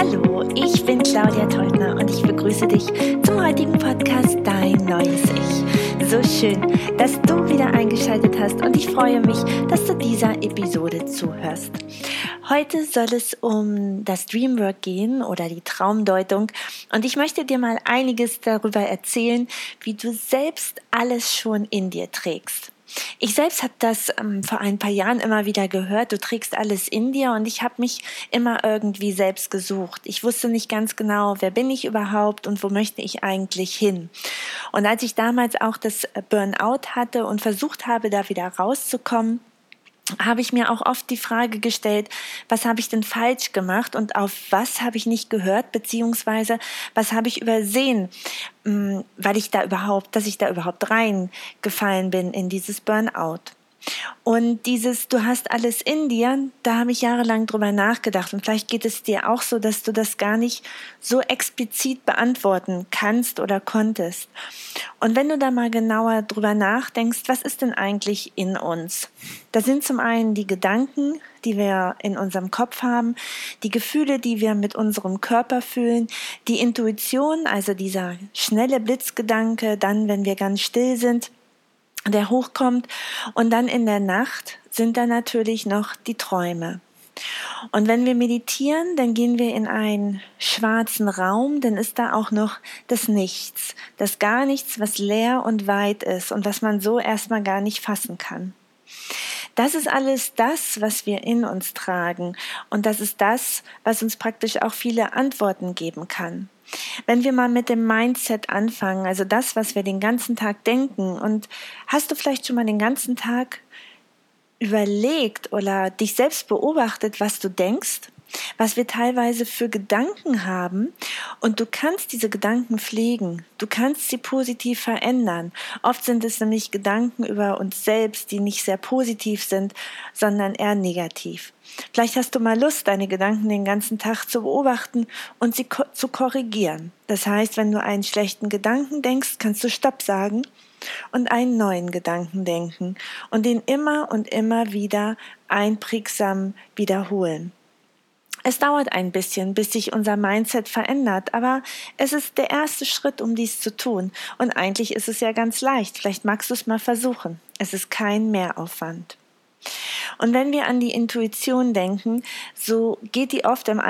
Hallo, ich bin Claudia Teubner und ich begrüße dich zum heutigen Podcast Dein neues Ich. So schön, dass du wieder eingeschaltet hast und ich freue mich, dass du dieser Episode zuhörst. Heute soll es um das Dreamwork gehen oder die Traumdeutung und ich möchte dir mal einiges darüber erzählen, wie du selbst alles schon in dir trägst. Ich selbst habe das vor ein paar Jahren immer wieder gehört, du trägst alles in dir, und ich habe mich immer irgendwie selbst gesucht. Ich wusste nicht ganz genau, wer bin ich überhaupt und wo möchte ich eigentlich hin. Und als ich damals auch das Burnout hatte und versucht habe, da wieder rauszukommen, habe ich mir auch oft die Frage gestellt, was habe ich denn falsch gemacht und auf was habe ich nicht gehört, beziehungsweise was habe ich übersehen, dass ich da überhaupt reingefallen bin in dieses Burnout. Und dieses "Du hast alles in dir", da habe ich jahrelang drüber nachgedacht. Und vielleicht geht es dir auch so, dass du das gar nicht so explizit beantworten kannst oder konntest. Und wenn du da mal genauer drüber nachdenkst, was ist denn eigentlich in uns? Da sind zum einen die Gedanken, die wir in unserem Kopf haben, die Gefühle, die wir mit unserem Körper fühlen, die Intuition, also dieser schnelle Blitzgedanke, dann, wenn wir ganz still sind, der hochkommt, und dann in der Nacht sind da natürlich noch die Träume. Und wenn wir meditieren, dann gehen wir in einen schwarzen Raum, dann ist da auch noch das Nichts, das gar nichts, was leer und weit ist und was man so erstmal gar nicht fassen kann. Das ist alles das, was wir in uns tragen, und das ist das, was uns praktisch auch viele Antworten geben kann. Wenn wir mal mit dem Mindset anfangen, also das, was wir den ganzen Tag denken, und hast du vielleicht schon mal den ganzen Tag überlegt oder dich selbst beobachtet, was du denkst, was wir teilweise für Gedanken haben, und du kannst diese Gedanken pflegen, du kannst sie positiv verändern. Oft sind es nämlich Gedanken über uns selbst, die nicht sehr positiv sind, sondern eher negativ. Vielleicht hast du mal Lust, deine Gedanken den ganzen Tag zu beobachten und sie zu korrigieren. Das heißt, wenn du einen schlechten Gedanken denkst, kannst du Stopp sagen und einen neuen Gedanken denken und den immer und immer wieder einprägsam wiederholen. Es dauert ein bisschen, bis sich unser Mindset verändert, aber es ist der erste Schritt, um dies zu tun. Und eigentlich ist es ja ganz leicht. Vielleicht magst du es mal versuchen. Es ist kein Mehraufwand. Und wenn wir an die Intuition denken, so geht die oft im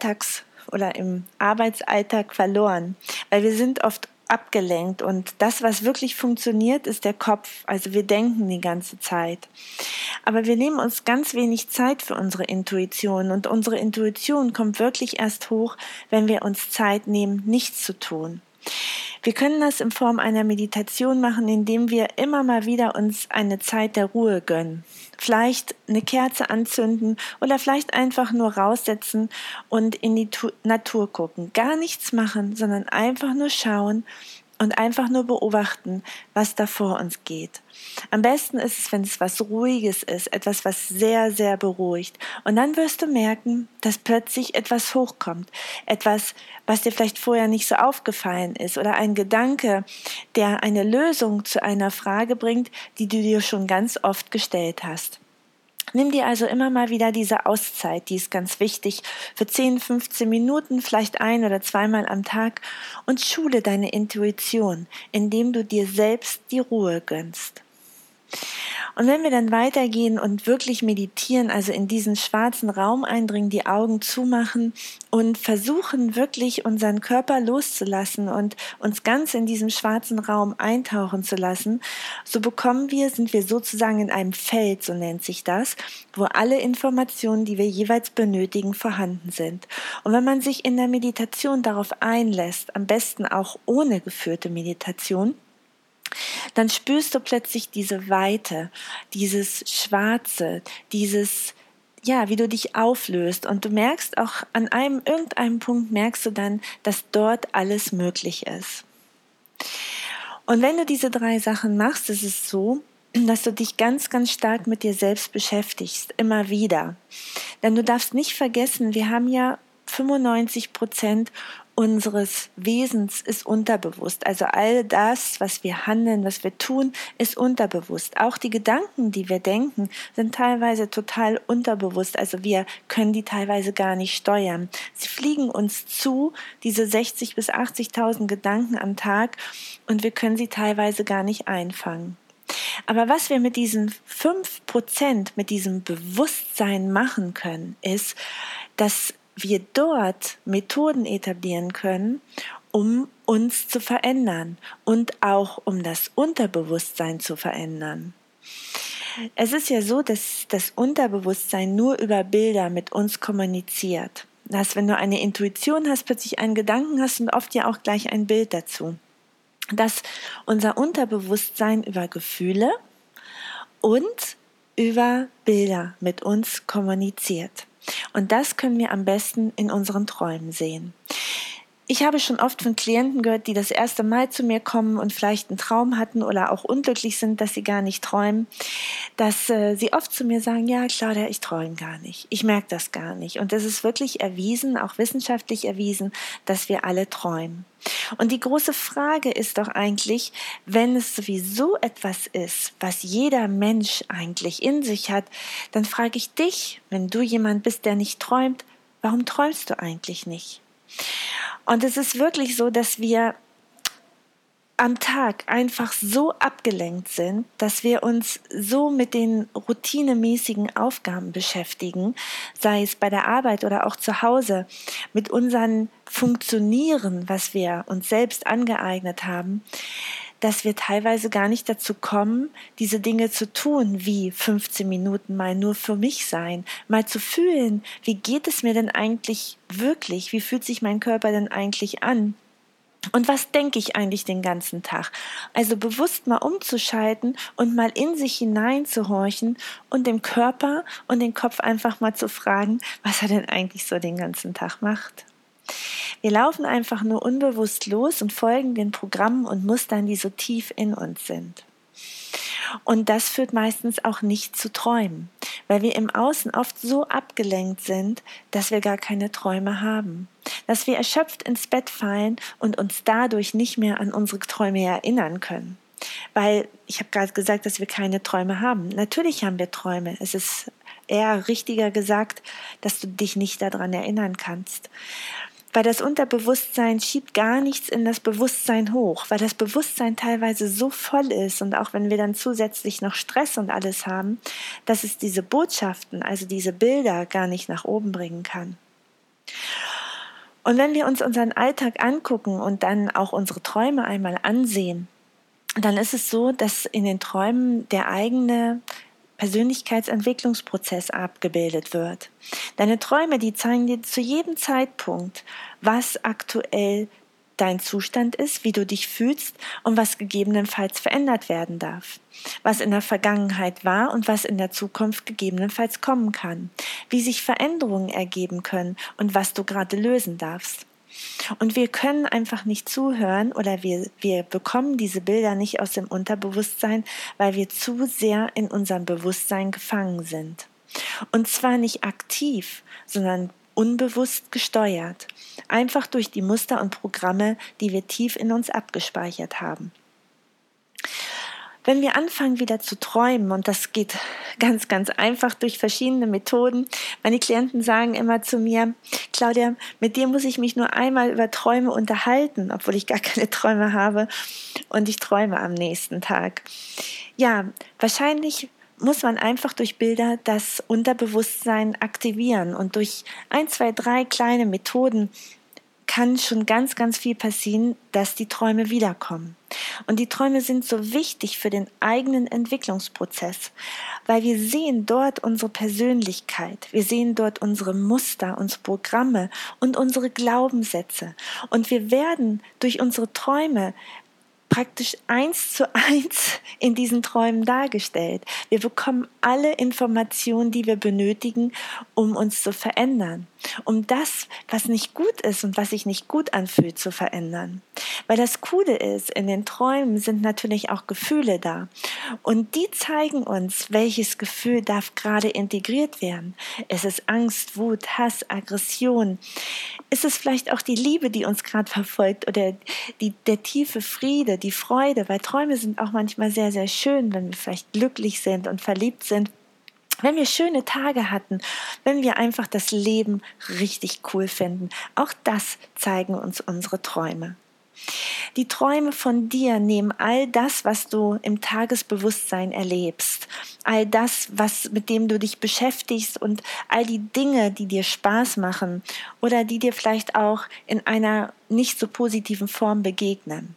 im Arbeitsalltag verloren, weil wir sind oft abgelenkt, und das, was wirklich funktioniert, ist der Kopf. Also wir denken die ganze Zeit. Aber wir nehmen uns ganz wenig Zeit für unsere Intuition, und unsere Intuition kommt wirklich erst hoch, wenn wir uns Zeit nehmen, nichts zu tun. Wir können das in Form einer Meditation machen, indem wir immer mal wieder uns eine Zeit der Ruhe gönnen. Vielleicht eine Kerze anzünden oder vielleicht einfach nur raussetzen und in die Natur gucken. Gar nichts machen, sondern einfach nur schauen und einfach nur beobachten, was da vor uns geht. Am besten ist es, wenn es was Ruhiges ist, etwas, was sehr, sehr beruhigt. Und dann wirst du merken, dass plötzlich etwas hochkommt. Etwas, was dir vielleicht vorher nicht so aufgefallen ist, oder ein Gedanke, der eine Lösung zu einer Frage bringt, die du dir schon ganz oft gestellt hast. Nimm dir also immer mal wieder diese Auszeit, die ist ganz wichtig, für 10, 15 Minuten, vielleicht ein- oder zweimal am Tag, und schule deine Intuition, indem du dir selbst die Ruhe gönnst. Und wenn wir dann weitergehen und wirklich meditieren, also in diesen schwarzen Raum eindringen, die Augen zumachen und versuchen wirklich unseren Körper loszulassen und uns ganz in diesem schwarzen Raum eintauchen zu lassen, so sind wir sozusagen in einem Feld, so nennt sich das, wo alle Informationen, die wir jeweils benötigen, vorhanden sind. Und wenn man sich in der Meditation darauf einlässt, am besten auch ohne geführte Meditation, dann spürst du plötzlich diese Weite, dieses Schwarze, wie du dich auflöst, und du merkst auch an irgendeinem Punkt merkst du dann, dass dort alles möglich ist. Und wenn du diese 3 Sachen machst, ist es so, dass du dich ganz, ganz stark mit dir selbst beschäftigst, immer wieder. Denn du darfst nicht vergessen, wir haben ja 95% unseres Wesens ist unterbewusst. Also all das, was wir handeln, was wir tun, ist unterbewusst. Auch die Gedanken, die wir denken, sind teilweise total unterbewusst. Also wir können die teilweise gar nicht steuern. Sie fliegen uns zu, diese 60.000 bis 80.000 Gedanken am Tag, und wir können sie teilweise gar nicht einfangen. Aber was wir mit diesen 5%, mit diesem Bewusstsein machen können, ist, dass wir dort Methoden etablieren können, um uns zu verändern und auch um das Unterbewusstsein zu verändern. Es ist ja so, dass das Unterbewusstsein nur über Bilder mit uns kommuniziert. Dass, wenn du eine Intuition hast, plötzlich einen Gedanken hast und oft ja auch gleich ein Bild dazu. Dass unser Unterbewusstsein über Gefühle und über Bilder mit uns kommuniziert. Und das können wir am besten in unseren Träumen sehen. Ich habe schon oft von Klienten gehört, die das erste Mal zu mir kommen und vielleicht einen Traum hatten oder auch unglücklich sind, dass sie gar nicht träumen, dass sie oft zu mir sagen, ja Claudia, ich träume gar nicht, ich merke das gar nicht. Und es ist wirklich erwiesen, auch wissenschaftlich erwiesen, dass wir alle träumen. Und die große Frage ist doch eigentlich, wenn es sowieso etwas ist, was jeder Mensch eigentlich in sich hat, dann frage ich dich, wenn du jemand bist, der nicht träumt, warum träumst du eigentlich nicht? Und es ist wirklich so, dass wir am Tag einfach so abgelenkt sind, dass wir uns so mit den routinemäßigen Aufgaben beschäftigen, sei es bei der Arbeit oder auch zu Hause, mit unserem Funktionieren, was wir uns selbst angeeignet haben, dass wir teilweise gar nicht dazu kommen, diese Dinge zu tun, wie 15 Minuten mal nur für mich sein, mal zu fühlen, wie geht es mir denn eigentlich wirklich, wie fühlt sich mein Körper denn eigentlich an? Und was denke ich eigentlich den ganzen Tag? Also bewusst mal umzuschalten und mal in sich hineinzuhorchen und dem Körper und den Kopf einfach mal zu fragen, was er denn eigentlich so den ganzen Tag macht. Wir laufen einfach nur unbewusst los und folgen den Programmen und Mustern, die so tief in uns sind. Und das führt meistens auch nicht zu Träumen, weil wir im Außen oft so abgelenkt sind, dass wir gar keine Träume haben. Dass wir erschöpft ins Bett fallen und uns dadurch nicht mehr an unsere Träume erinnern können. Weil ich habe gerade gesagt, dass wir keine Träume haben. Natürlich haben wir Träume. Es ist eher richtiger gesagt, dass du dich nicht daran erinnern kannst. Weil das Unterbewusstsein schiebt gar nichts in das Bewusstsein hoch, weil das Bewusstsein teilweise so voll ist und auch wenn wir dann zusätzlich noch Stress und alles haben, dass es diese Botschaften, also diese Bilder gar nicht nach oben bringen kann. Und wenn wir uns unseren Alltag angucken und dann auch unsere Träume einmal ansehen, dann ist es so, dass in den Träumen der eigene Persönlichkeitsentwicklungsprozess abgebildet wird. Deine Träume, die zeigen dir zu jedem Zeitpunkt, was aktuell dein Zustand ist, wie du dich fühlst und was gegebenenfalls verändert werden darf. Was in der Vergangenheit war und was in der Zukunft gegebenenfalls kommen kann. Wie sich Veränderungen ergeben können und was du gerade lösen darfst. Und wir können einfach nicht zuhören oder wir bekommen diese Bilder nicht aus dem Unterbewusstsein, weil wir zu sehr in unserem Bewusstsein gefangen sind. Und zwar nicht aktiv, sondern unbewusst gesteuert. Einfach durch die Muster und Programme, die wir tief in uns abgespeichert haben. Wenn wir anfangen wieder zu träumen, und das geht ganz, ganz einfach durch verschiedene Methoden, meine Klienten sagen immer zu mir, Claudia, mit dir muss ich mich nur einmal über Träume unterhalten, obwohl ich gar keine Träume habe und ich träume am nächsten Tag. Ja, wahrscheinlich muss man einfach durch Bilder das Unterbewusstsein aktivieren und durch 1, 2, 3 kleine Methoden kann schon ganz, ganz viel passieren, dass die Träume wiederkommen. Und die Träume sind so wichtig für den eigenen Entwicklungsprozess, weil wir sehen dort unsere Persönlichkeit, wir sehen dort unsere Muster, unsere Programme und unsere Glaubenssätze. Und wir werden durch unsere Träume praktisch 1:1 in diesen Träumen dargestellt. Wir bekommen alle Informationen, die wir benötigen, um uns zu verändern. Um das, was nicht gut ist und was sich nicht gut anfühlt, zu verändern. Weil das Coole ist, in den Träumen sind natürlich auch Gefühle da. Und die zeigen uns, welches Gefühl darf gerade integriert werden. Es ist Angst, Wut, Hass, Aggression. ist es vielleicht auch die Liebe, die uns gerade verfolgt oder der tiefe Friede, die Freude, weil Träume sind auch manchmal sehr, sehr schön, wenn wir vielleicht glücklich sind und verliebt sind, wenn wir schöne Tage hatten, wenn wir einfach das Leben richtig cool finden. Auch das zeigen uns unsere Träume. Die Träume von dir nehmen all das, was du im Tagesbewusstsein erlebst, all das, mit dem du dich beschäftigst und all die Dinge, die dir Spaß machen oder die dir vielleicht auch in einer nicht so positiven Form begegnen.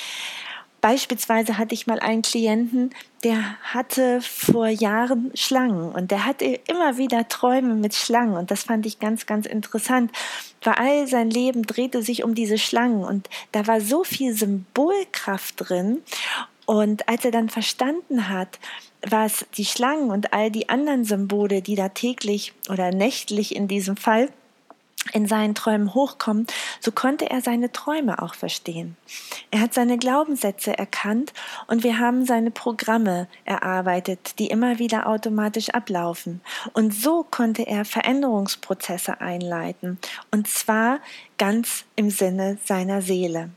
Beispielsweise hatte ich mal einen Klienten, der hatte vor Jahren Schlangen und der hatte immer wieder Träume mit Schlangen und das fand ich ganz, ganz interessant, weil all sein Leben drehte sich um diese Schlangen und da war so viel Symbolkraft drin und als er dann verstanden hat, was die Schlangen und all die anderen Symbole, die da täglich oder nächtlich in diesem Fall in seinen Träumen hochkommen, so konnte er seine Träume auch verstehen. Er hat seine Glaubenssätze erkannt und wir haben seine Programme erarbeitet, die immer wieder automatisch ablaufen. Und so konnte er Veränderungsprozesse einleiten und zwar ganz im Sinne seiner Seele.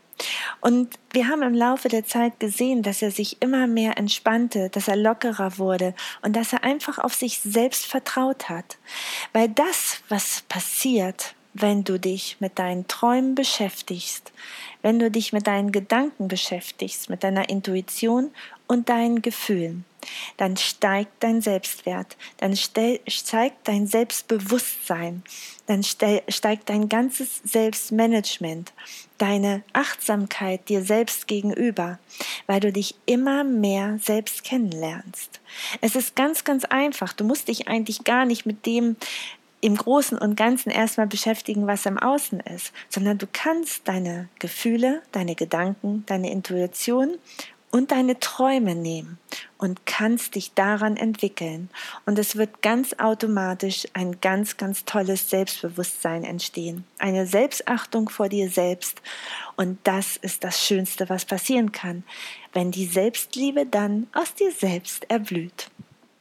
Und wir haben im Laufe der Zeit gesehen, dass er sich immer mehr entspannte, dass er lockerer wurde und dass er einfach auf sich selbst vertraut hat. Weil das, was passiert, wenn du dich mit deinen Träumen beschäftigst, wenn du dich mit deinen Gedanken beschäftigst, mit deiner Intuition und deinen Gefühlen, dann steigt dein Selbstwert, dann steigt dein Selbstbewusstsein, dann steigt dein ganzes Selbstmanagement, deine Achtsamkeit dir selbst gegenüber, weil du dich immer mehr selbst kennenlernst. Es ist ganz, ganz einfach. Du musst dich eigentlich gar nicht mit dem im Großen und Ganzen erstmal beschäftigen, was im Außen ist, sondern du kannst deine Gefühle, deine Gedanken, deine Intuition und deine Träume nehmen und kannst dich daran entwickeln. Und es wird ganz automatisch ein ganz, ganz tolles Selbstbewusstsein entstehen. Eine Selbstachtung vor dir selbst. Und das ist das Schönste, was passieren kann, wenn die Selbstliebe dann aus dir selbst erblüht.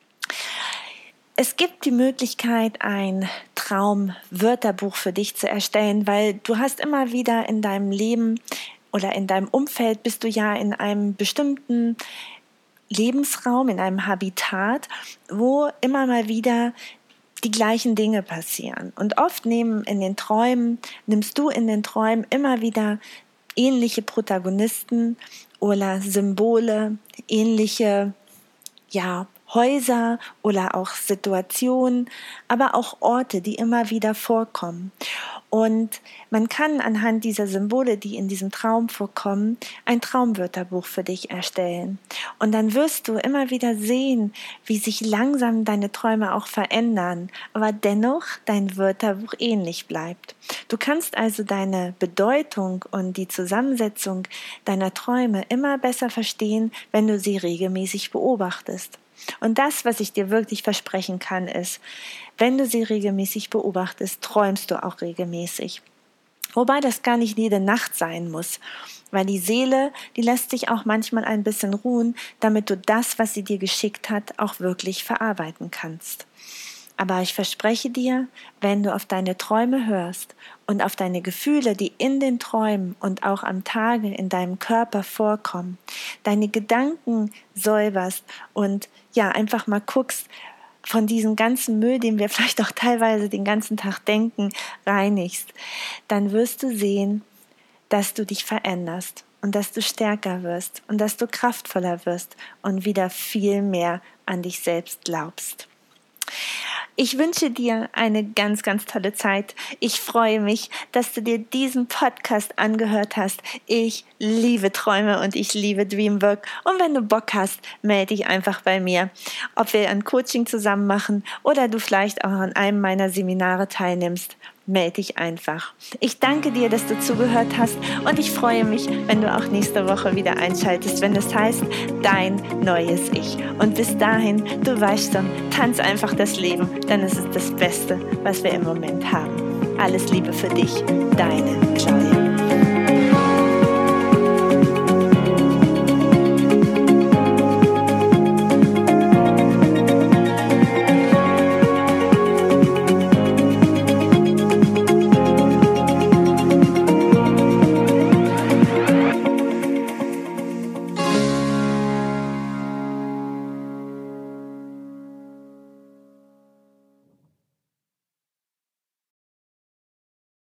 Es gibt die Möglichkeit, ein Traumwörterbuch für dich zu erstellen, weil du hast immer wieder in deinem Leben oder in deinem Umfeld bist du ja in einem bestimmten Lebensraum, in einem Habitat, wo immer mal wieder die gleichen Dinge passieren. Und oft nimmst du in den Träumen immer wieder ähnliche Protagonisten oder Symbole, ähnliche, Häuser oder auch Situationen, aber auch Orte, die immer wieder vorkommen. Und man kann anhand dieser Symbole, die in diesem Traum vorkommen, ein Traumwörterbuch für dich erstellen. Und dann wirst du immer wieder sehen, wie sich langsam deine Träume auch verändern, aber dennoch dein Wörterbuch ähnlich bleibt. Du kannst also deine Bedeutung und die Zusammensetzung deiner Träume immer besser verstehen, wenn du sie regelmäßig beobachtest. Und das, was ich dir wirklich versprechen kann, ist, wenn du sie regelmäßig beobachtest, träumst du auch regelmäßig. Wobei das gar nicht jede Nacht sein muss, weil die Seele, die lässt sich auch manchmal ein bisschen ruhen, damit du das, was sie dir geschickt hat, auch wirklich verarbeiten kannst. Aber ich verspreche dir, wenn du auf deine Träume hörst und auf deine Gefühle, die in den Träumen und auch am Tage in deinem Körper vorkommen, deine Gedanken säuberst und einfach mal guckst, von diesem ganzen Müll, den wir vielleicht auch teilweise den ganzen Tag denken, reinigst, dann wirst du sehen, dass du dich veränderst und dass du stärker wirst und dass du kraftvoller wirst und wieder viel mehr an dich selbst glaubst. Ich wünsche dir eine ganz, ganz tolle Zeit. Ich freue mich, dass du dir diesen Podcast angehört hast. Ich liebe Träume und ich liebe Dreamwork. Und wenn du Bock hast, melde dich einfach bei mir. Ob wir ein Coaching zusammen machen oder du vielleicht auch an einem meiner Seminare teilnimmst, melde dich einfach. Ich danke dir, dass du zugehört hast und ich freue mich, wenn du auch nächste Woche wieder einschaltest, wenn es heißt, dein neues Ich. Und bis dahin, du weißt schon, tanz einfach das Leben, denn es ist das Beste, was wir im Moment haben. Alles Liebe für dich, deine Claudia.